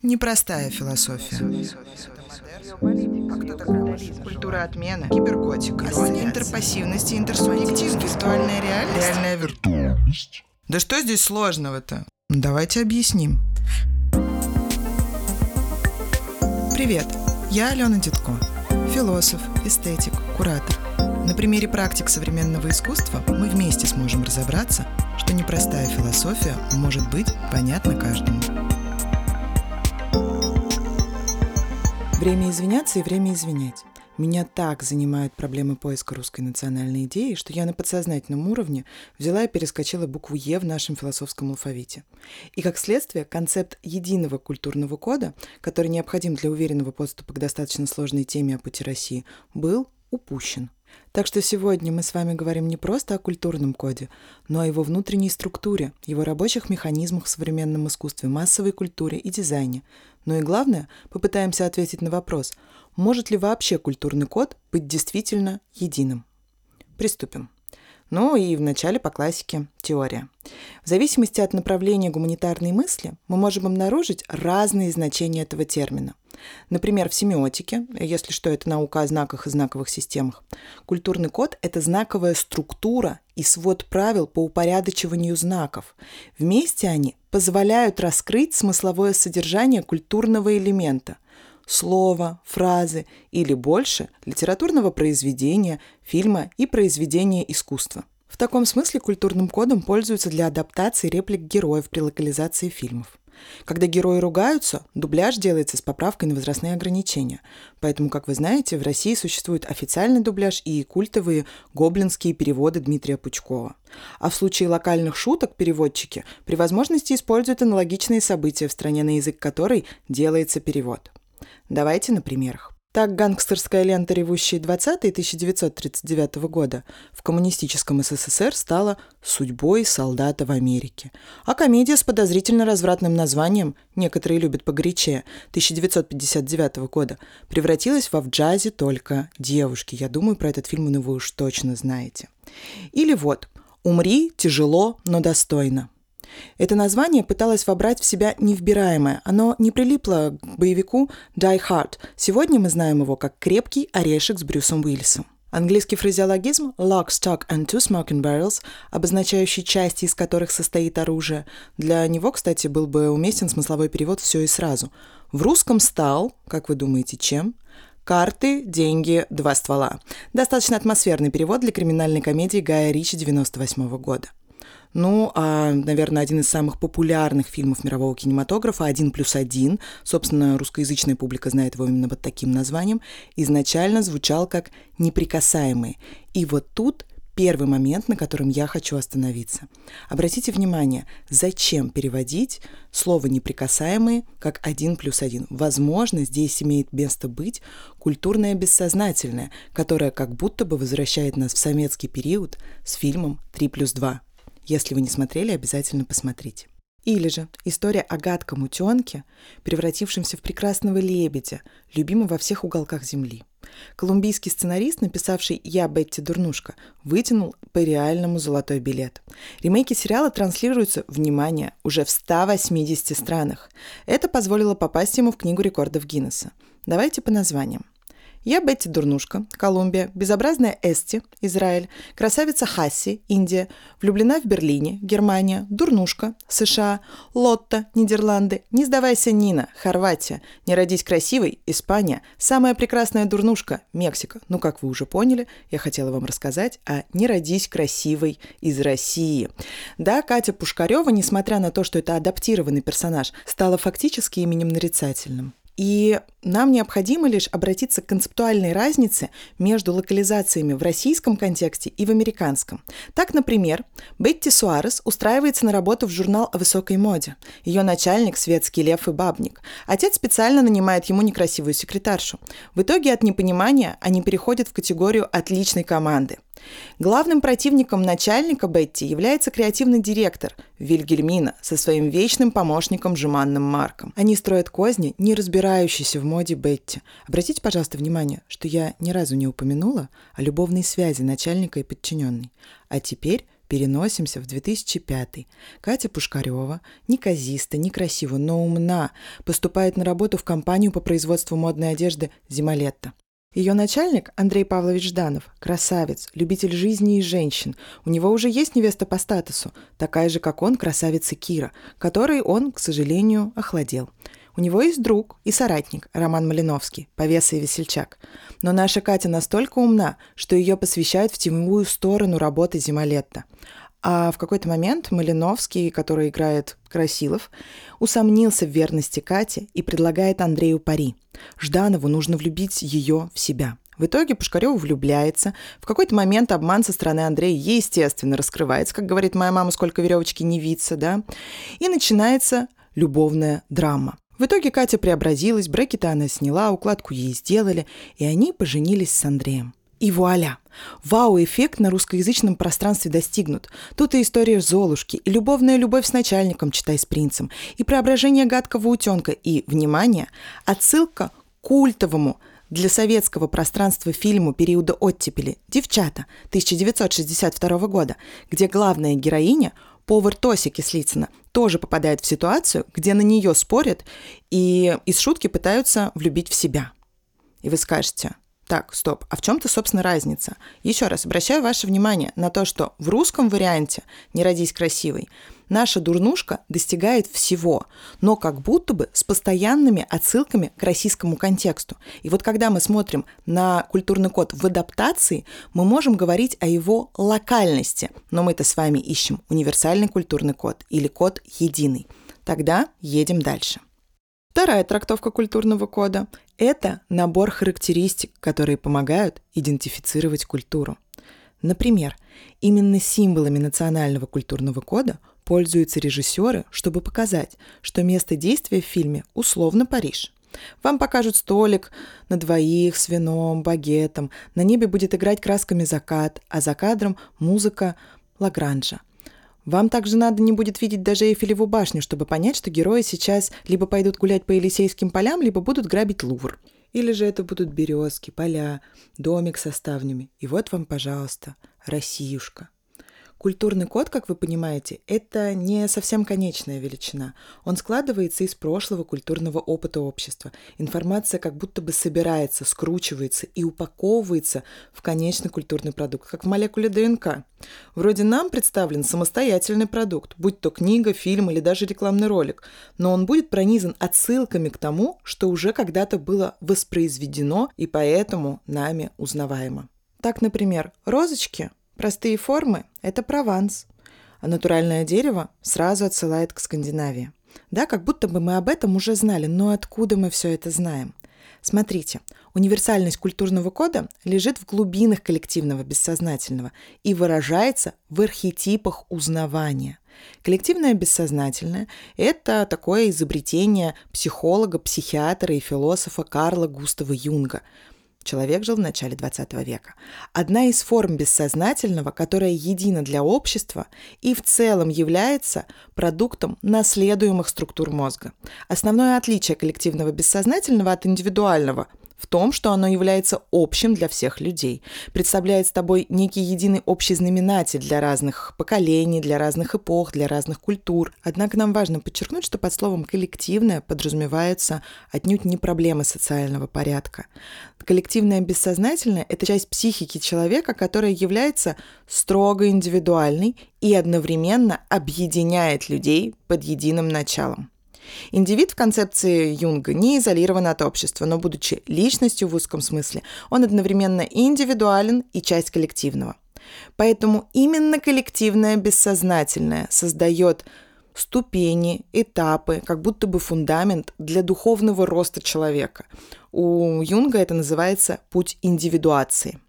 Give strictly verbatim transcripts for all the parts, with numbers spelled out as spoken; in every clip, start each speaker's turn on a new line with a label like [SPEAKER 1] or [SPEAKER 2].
[SPEAKER 1] Непростая философия. Культура отмены, киберготика, интерпассивность и интерсубъективность, виртуальная реальность, реальная виртуальность. Да что здесь сложного-то? Давайте объясним. Привет, я Алена Дедко, философ, эстетик, куратор. На примере практик современного искусства мы вместе сможем разобраться, что непростая философия может быть понятна каждому. Время извиняться и время извинять. Меня так занимают проблемы поиска русской национальной идеи, что я на подсознательном уровне взяла и перескочила букву «Е» в нашем философском алфавите. И как следствие, концепт единого культурного кода, который необходим для уверенного подступа к достаточно сложной теме о пути России, был упущен. Так что сегодня мы с вами говорим не просто о культурном коде, но о его внутренней структуре, его рабочих механизмах в современном искусстве, массовой культуре и дизайне. Но и главное, попытаемся ответить на вопрос, может ли вообще культурный код быть действительно единым? Приступим. Ну и вначале по классике теория. В зависимости от направления гуманитарной мысли мы можем обнаружить разные значения этого термина. Например, в семиотике, если что, это наука о знаках и знаковых системах, культурный код – это знаковая структура и свод правил по упорядочиванию знаков. Вместе они позволяют раскрыть смысловое содержание культурного элемента – слова, фразы или больше литературного произведения, фильма и произведения искусства. В таком смысле культурным кодом пользуются для адаптации реплик героев при локализации фильмов. Когда герои ругаются, дубляж делается с поправкой на возрастные ограничения. Поэтому, как вы знаете, в России существует официальный дубляж и культовые гоблинские переводы Дмитрия Пучкова. А в случае локальных шуток переводчики при возможности используют аналогичные события в стране, на язык которой делается перевод. Давайте на примерах. Так гангстерская лента «Ревущие двадцатые» тысяча девятьсот тридцать девятого года в коммунистическом СССР стала «Судьбой солдата в Америке». А комедия с подозрительно развратным названием «Некоторые любят погорячее» тысяча девятьсот пятьдесят девятого года превратилась во «В джазе только девушки». Я думаю, про этот фильм вы уж точно знаете. Или вот «Умри тяжело, но достойно». Это название пыталось вобрать в себя невбираемое. Оно не прилипло к боевику Die Hard. Сегодня мы знаем его как «Крепкий орешек» с Брюсом Уиллисом. Английский фразеологизм «lock, stock and two smoking barrels», обозначающий части, из которых состоит оружие, для него, кстати, был бы уместен смысловой перевод «все и сразу». В русском стал, как вы думаете, чем? «Карты, деньги, два ствола». Достаточно атмосферный перевод для криминальной комедии Гая Ричи девяносто восьмого года. Ну, а, наверное, один из самых популярных фильмов мирового кинематографа «Один плюс один», собственно, русскоязычная публика знает его именно под таким названием, изначально звучал как «Неприкасаемые». И вот тут первый момент, на котором я хочу остановиться. Обратите внимание, зачем переводить слово «неприкасаемые» как «один плюс один». Возможно, здесь имеет место быть культурное бессознательное, которое как будто бы возвращает нас в советский период с фильмом «три плюс два». Если вы не смотрели, обязательно посмотрите. Или же история о гадком утенке, превратившемся в прекрасного лебедя, любимого во всех уголках земли. Колумбийский сценарист, написавший «Я, Бетти, дурнушка», вытянул по реальному золотой билет. Ремейки сериала транслируются, внимание, уже в ста восьмидесяти странах. Это позволило попасть ему в Книгу рекордов Гиннесса. Давайте по названиям. «Я Бетти Дурнушка», Колумбия, «Безобразная Эсти», Израиль, «Красавица Хасси», Индия, «Влюблена в Берлине», Германия, «Дурнушка», США, «Лотта», Нидерланды, «Не сдавайся, Нина», Хорватия, «Не родись красивой», Испания, «Самая прекрасная дурнушка», Мексика. Ну, как вы уже поняли, я хотела вам рассказать о «Не родись красивой» из России. Да, Катя Пушкарева, несмотря на то, что это адаптированный персонаж, стала фактически именем нарицательным. И нам необходимо лишь обратиться к концептуальной разнице между локализациями в российском контексте и в американском. Так, например, Бетти Суарес устраивается на работу в журнал о высокой моде. Ее начальник – светский лев и бабник. Отец специально нанимает ему некрасивую секретаршу. В итоге от непонимания они переходят в категорию отличной команды. Главным противником начальника Бетти является креативный директор Вильгельмина со своим вечным помощником жеманным Марком. Они строят козни, не разбирающиеся в моде Бетти. Обратите, пожалуйста, внимание, что я ни разу не упомянула о любовной связи начальника и подчиненной. А теперь Переносимся в две тысячи пятый. Катя Пушкарева, неказиста, некрасива, но умна, поступает на работу в компанию по производству модной одежды «Зимолетто». Ее начальник Андрей Павлович Жданов – красавец, любитель жизни и женщин. У него уже есть невеста по статусу, такая же, как он, красавица Кира, которой он, к сожалению, охладел. У него есть друг и соратник Роман Малиновский, повеса и весельчак. Но наша Катя настолько умна, что ее посвящают в теневую сторону работы «Зимолетто». А в какой-то момент Малиновский, который играет Красилов, усомнился в верности Кати и предлагает Андрею пари. Жданову нужно влюбить ее в себя. В итоге Пушкарева влюбляется. В какой-то момент обман со стороны Андрея, естественно, раскрывается, как говорит моя мама, сколько веревочки не виться, да? И начинается любовная драма. В итоге Катя преобразилась, брекеты она сняла, укладку ей сделали, и они поженились с Андреем. И вуаля! Вау-эффект на русскоязычном пространстве достигнут. Тут и история Золушки, и любовная любовь с начальником, читай с принцем, и преображение гадкого утенка, и, внимание, отсылка к культовому для советского пространства фильму периода оттепели «Девчата» тысяча девятьсот шестьдесят второго года, где главная героиня, повар Тося Кислицына, тоже попадает в ситуацию, где на нее спорят и из шутки пытаются влюбить в себя. И вы скажете: так, стоп, а в чем-то, собственно, разница? Еще раз обращаю ваше внимание на то, что в русском варианте «Не родись красивой» наша дурнушка достигает всего, но как будто бы с постоянными отсылками к российскому контексту. И вот когда мы смотрим на культурный код в адаптации, мы можем говорить о его локальности, но мы-то с вами ищем универсальный культурный код или код единый. Тогда едем дальше. Вторая трактовка культурного кода – это набор характеристик, которые помогают идентифицировать культуру. Например, именно символами национального культурного кода пользуются режиссеры, чтобы показать, что место действия в фильме условно Париж. Вам покажут столик на двоих с вином, багетом, на небе будет играть красками закат, а за кадром музыка Лагранжа. Вам также надо не будет видеть даже Эйфелеву башню, чтобы понять, что герои сейчас либо пойдут гулять по Елисейским полям, либо будут грабить Лувр. Или же это будут березки, поля, домик со ставнями. И вот вам, пожалуйста, Россиюшка. Культурный код, как вы понимаете, это не совсем конечная величина. Он складывается из прошлого культурного опыта общества. Информация как будто бы собирается, скручивается и упаковывается в конечный культурный продукт, как в молекуле ДНК. Вроде нам представлен самостоятельный продукт, будь то книга, фильм или даже рекламный ролик, но он будет пронизан отсылками к тому, что уже когда-то было воспроизведено и поэтому нами узнаваемо. Так, например, розочки, простые формы – это Прованс, а натуральное дерево сразу отсылает к Скандинавии. Да, как будто бы мы об этом уже знали, но откуда мы все это знаем? Смотрите, универсальность культурного кода лежит в глубинах коллективного бессознательного и выражается в архетипах узнавания. Коллективное бессознательное – это такое изобретение психолога, психиатра и философа Карла Густава Юнга. Человек жил в начале двадцатого века. Одна из форм бессознательного, которая едина для общества и в целом является продуктом наследуемых структур мозга. Основное отличие коллективного бессознательного от индивидуального в том, что оно является общим для всех людей, представляет собой некий единый общий знаменатель для разных поколений, для разных эпох, для разных культур. Однако нам важно подчеркнуть, что под словом «коллективное» подразумеваются отнюдь не проблемы социального порядка. Коллективное бессознательное – это часть психики человека, которая является строго индивидуальной и одновременно объединяет людей под единым началом. Индивид в концепции Юнга не изолирован от общества, но, будучи личностью в узком смысле, он одновременно и индивидуален, и часть коллективного. Поэтому именно коллективное бессознательное создает ступени, этапы, как будто бы фундамент для духовного роста человека. У Юнга это называется путь индивидуации.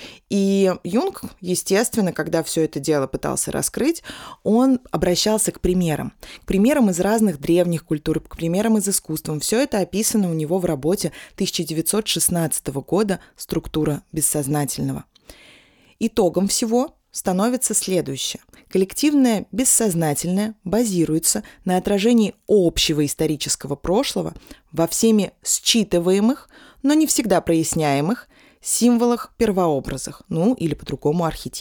[SPEAKER 1] И Юнг, естественно, когда все это дело пытался раскрыть, он обращался к примерам. К примерам из разных древних культур, к примерам из искусства. Все это описано у него в работе тысяча девятьсот шестнадцатого года «Структура бессознательного». Итогом всего становится следующее. Коллективное бессознательное базируется на отражении общего исторического прошлого во всеми считываемых, но не всегда проясняемых символах, первообразах, ну или по-другому архетипов.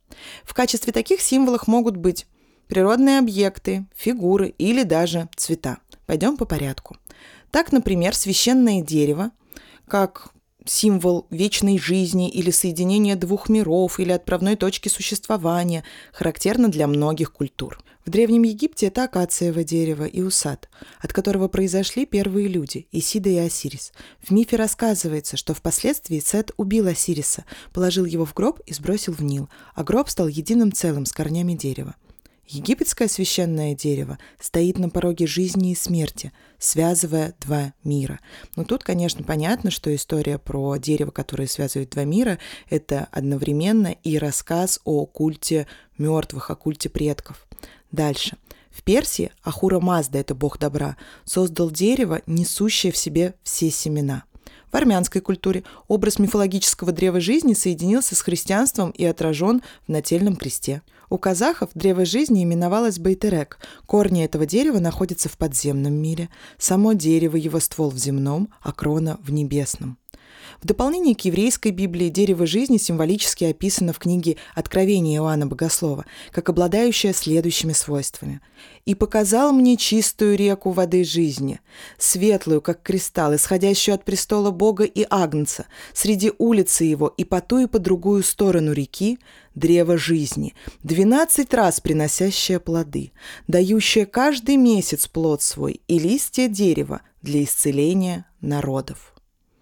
[SPEAKER 1] В качестве таких символов могут быть природные объекты, фигуры или даже цвета. Пойдем по порядку. Так, например, священное дерево, как символ вечной жизни или соединения двух миров или отправной точки существования, характерно для многих культур. В Древнем Египте это акациево дерево Иусат, от которого произошли первые люди – Исида и Осирис. В мифе рассказывается, что впоследствии Сет убил Осириса, положил его в гроб и сбросил в Нил, а гроб стал единым целым с корнями дерева. Египетское священное дерево стоит на пороге жизни и смерти, связывая два мира. Но тут, конечно, понятно, что история про дерево, которое связывает два мира, это одновременно и рассказ о культе мертвых, о культе предков. Дальше. В Персии Ахура Мазда, это бог добра, создал дерево, несущее в себе все семена. В армянской культуре образ мифологического древа жизни соединился с христианством и отражен в нательном кресте. У казахов древо жизни именовалось Байтерек. Корни этого дерева находятся в подземном мире. Само дерево, его ствол в земном, а крона в небесном. В дополнение к еврейской Библии дерево жизни символически описано в книге «Откровение Иоанна Богослова», как обладающее следующими свойствами. «И показал мне чистую реку воды жизни, светлую, как кристалл, исходящую от престола Бога и Агнца, среди улицы его и по ту и по другую сторону реки, древо жизни, двенадцать раз приносящее плоды, дающее каждый месяц плод свой и листья дерева для исцеления народов».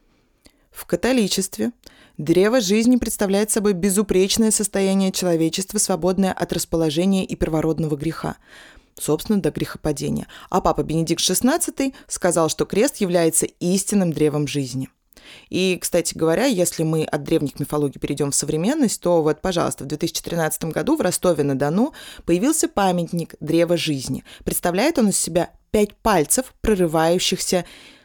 [SPEAKER 1] В католичестве древо жизни представляет собой безупречное состояние человечества, свободное от расположения и первородного греха, собственно, до грехопадения. А папа Бенедикт шестнадцатый сказал, что крест является истинным древом жизни. И, кстати говоря, если мы от древних мифологий перейдем в современность, то вот, пожалуйста, в две тысячи тринадцатом году в Ростове-на-Дону появился памятник древа жизни. Представляет он из себя пять пальцев, прорывающихся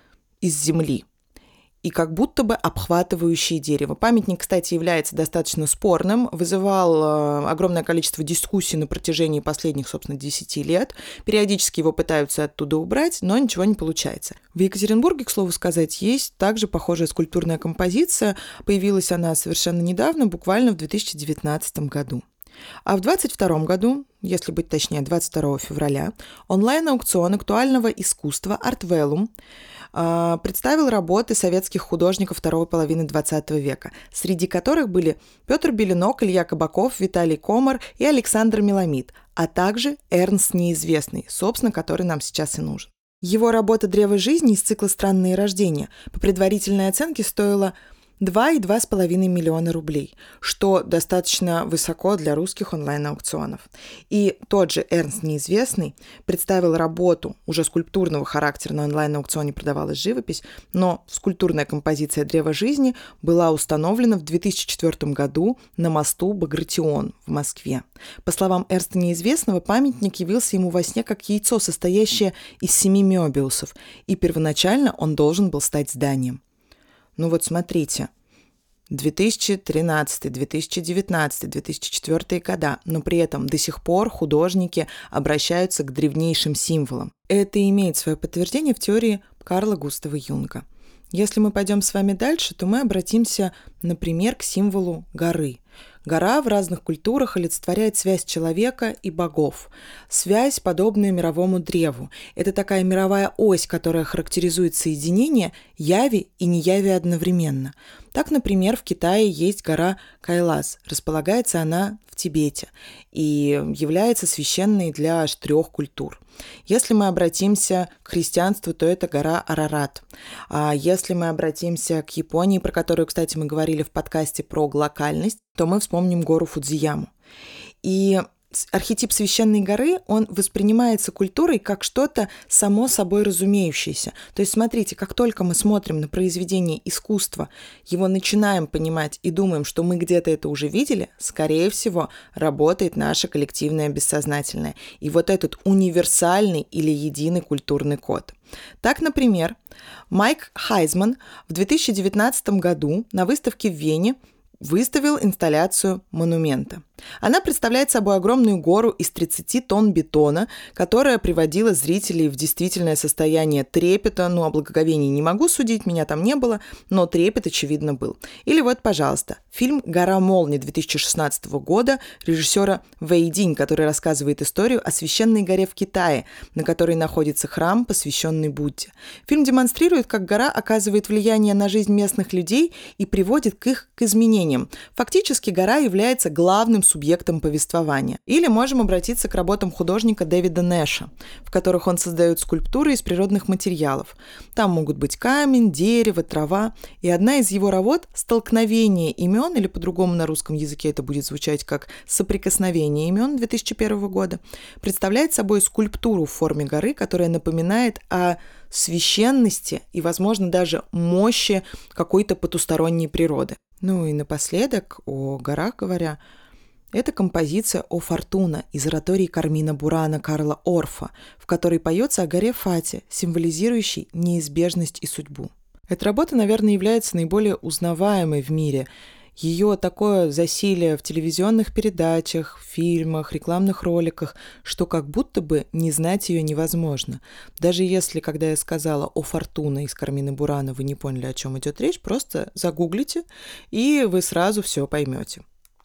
[SPEAKER 1] из земли и как будто бы обхватывающие дерево. Памятник, кстати, является достаточно спорным, вызывал э, огромное количество дискуссий на протяжении последних, собственно, десяти лет. Периодически его пытаются оттуда убрать, но ничего не получается. В Екатеринбурге, к слову сказать, есть также похожая скульптурная композиция. Появилась она совершенно недавно, буквально в две тысячи девятнадцатом году. А в двадцать втором году, если быть точнее, двадцать второго февраля, онлайн-аукцион актуального искусства Артвеллум э, представил работы советских художников второй половины двадцатого века, среди которых были Петр Беленок, Илья Кабаков, Виталий Комар и Александр Меламид, а также Эрнст Неизвестный, собственно, который нам сейчас и нужен. Его работа «Древо жизни» из цикла «Странные рождения» по предварительной оценке стоила два и два с половиной миллиона рублей, что достаточно высоко для русских онлайн-аукционов. И тот же Эрнст Неизвестный представил работу уже скульптурного характера, на онлайн-аукционе продавалась живопись, но скульптурная композиция «Древо жизни» была установлена в две тысячи четвёртом году на мосту Багратион в Москве. По словам Эрнста Неизвестного, памятник явился ему во сне как яйцо, состоящее из семи мёбиусов, и первоначально он должен был стать зданием. Ну вот смотрите, две тысячи тринадцатый, две тысячи девятнадцатый, две тысячи четвёртый года, но при этом до сих пор художники обращаются к древнейшим символам. Это имеет свое подтверждение в теории Карла Густава Юнга. Если мы пойдем с вами дальше, то мы обратимся, например, к символу горы. Гора в разных культурах олицетворяет связь человека и богов. Связь, подобная мировому древу. Это такая мировая ось, которая характеризует соединение яви и неяви одновременно. Так, например, в Китае есть гора Кайлас. Располагается она в Тибете и является священной для аж трех культур. Если мы обратимся к христианству, то это гора Арарат. А если мы обратимся к Японии, про которую, кстати, мы говорили в подкасте про локальность, то мы вспомним гору Фудзияму. И архетип священной горы, он воспринимается культурой как что-то само собой разумеющееся. То есть, смотрите, как только мы смотрим на произведение искусства, его начинаем понимать и думаем, что мы где-то это уже видели, скорее всего, работает наше коллективное бессознательное. И вот этот универсальный или единый культурный код. Так, например, Майк Хайзман в две тысячи девятнадцатом году на выставке в Вене выставил инсталляцию монумента. Она представляет собой огромную гору из тридцати тонн бетона, которая приводила зрителей в действительное состояние трепета. Ну, о благоговении не могу судить, меня там не было, но трепет, очевидно, был. Или вот, пожалуйста, фильм «Гора молний» две тысячи шестнадцатого года режиссера Вэй Динь, который рассказывает историю о священной горе в Китае, на которой находится храм, посвященный Будде. Фильм демонстрирует, как гора оказывает влияние на жизнь местных людей и приводит к их к изменениям. Фактически гора является главным субъектом повествования. Или можем обратиться к работам художника Дэвида Нэша, в которых он создает скульптуры из природных материалов. Там могут быть камень, дерево, трава. И одна из его работ «Столкновение имен», или по-другому на русском языке это будет звучать как «Соприкосновение имен» две тысячи первого года, представляет собой скульптуру в форме горы, которая напоминает о священности и, возможно, даже мощи какой-то потусторонней природы. Ну и напоследок, о горах говоря, это композиция «О Фортуна» из оратории Кармина Бурана Карла Орфа, в которой поется о горе Фате, символизирующей неизбежность и судьбу. Эта работа, наверное, является наиболее узнаваемой в мире. Ее такое засилие в телевизионных передачах, фильмах, рекламных роликах, что как будто бы не знать ее невозможно. Даже если, когда я сказала «О Фортуна» из Кармина Бурана, вы не поняли, о чем идет речь, просто загуглите, и вы сразу все поймете.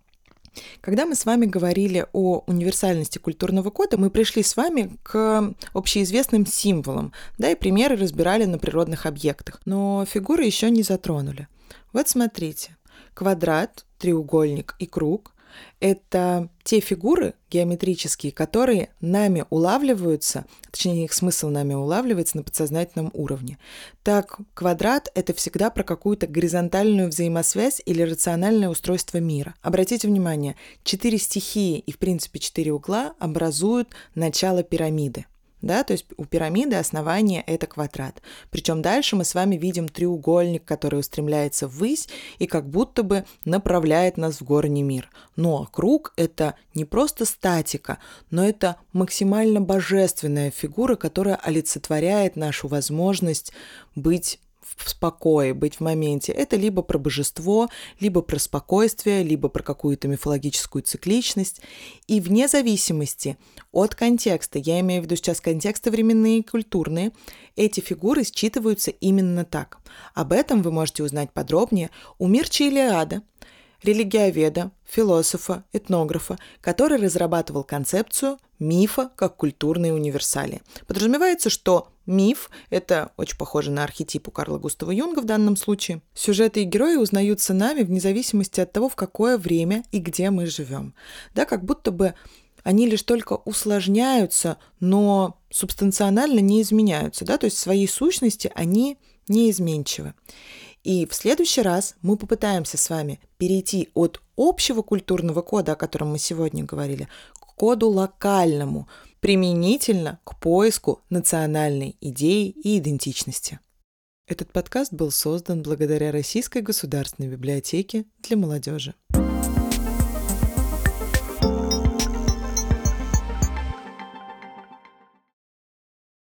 [SPEAKER 1] Когда мы с вами говорили о универсальности культурного кода, мы пришли с вами к общеизвестным символам, да, и примеры разбирали на природных объектах, но фигуры еще не затронули. Вот смотрите, квадрат, треугольник и круг – это те фигуры геометрические, которые нами улавливаются, точнее, их смысл нами улавливается на подсознательном уровне. Так, квадрат – это всегда про какую-то горизонтальную взаимосвязь или рациональное устройство мира. Обратите внимание, четыре стихии и, в принципе, четыре угла образуют начало пирамиды. Да, то есть у пирамиды основание – это квадрат. Причем дальше мы с вами видим треугольник, который устремляется ввысь и как будто бы направляет нас в горний мир. Ну а круг – это не просто статика, но это максимально божественная фигура, которая олицетворяет нашу возможность быть в спокое, быть в моменте. Это либо про божество, либо про спокойствие, либо про какую-то мифологическую цикличность. И вне зависимости от контекста, я имею в виду сейчас контексты временные и культурные, эти фигуры считываются именно так. Об этом вы можете узнать подробнее у Мирча Илиада, религиоведа, философа, этнографа, который разрабатывал концепцию мифа как культурной универсалии. Подразумевается, что миф – это очень похоже на архетип у Карла Густава Юнга в данном случае. Сюжеты и герои узнаются нами вне зависимости от того, в какое время и где мы живем. Да, как будто бы они лишь только усложняются, но субстанционально не изменяются. Да? То есть в своей сущности они неизменчивы. И в следующий раз мы попытаемся с вами перейти от общего культурного кода, о котором мы сегодня говорили, к коду локальному, применительно к поиску национальной идеи и идентичности. Этот подкаст был создан благодаря Российской государственной библиотеке для молодежи.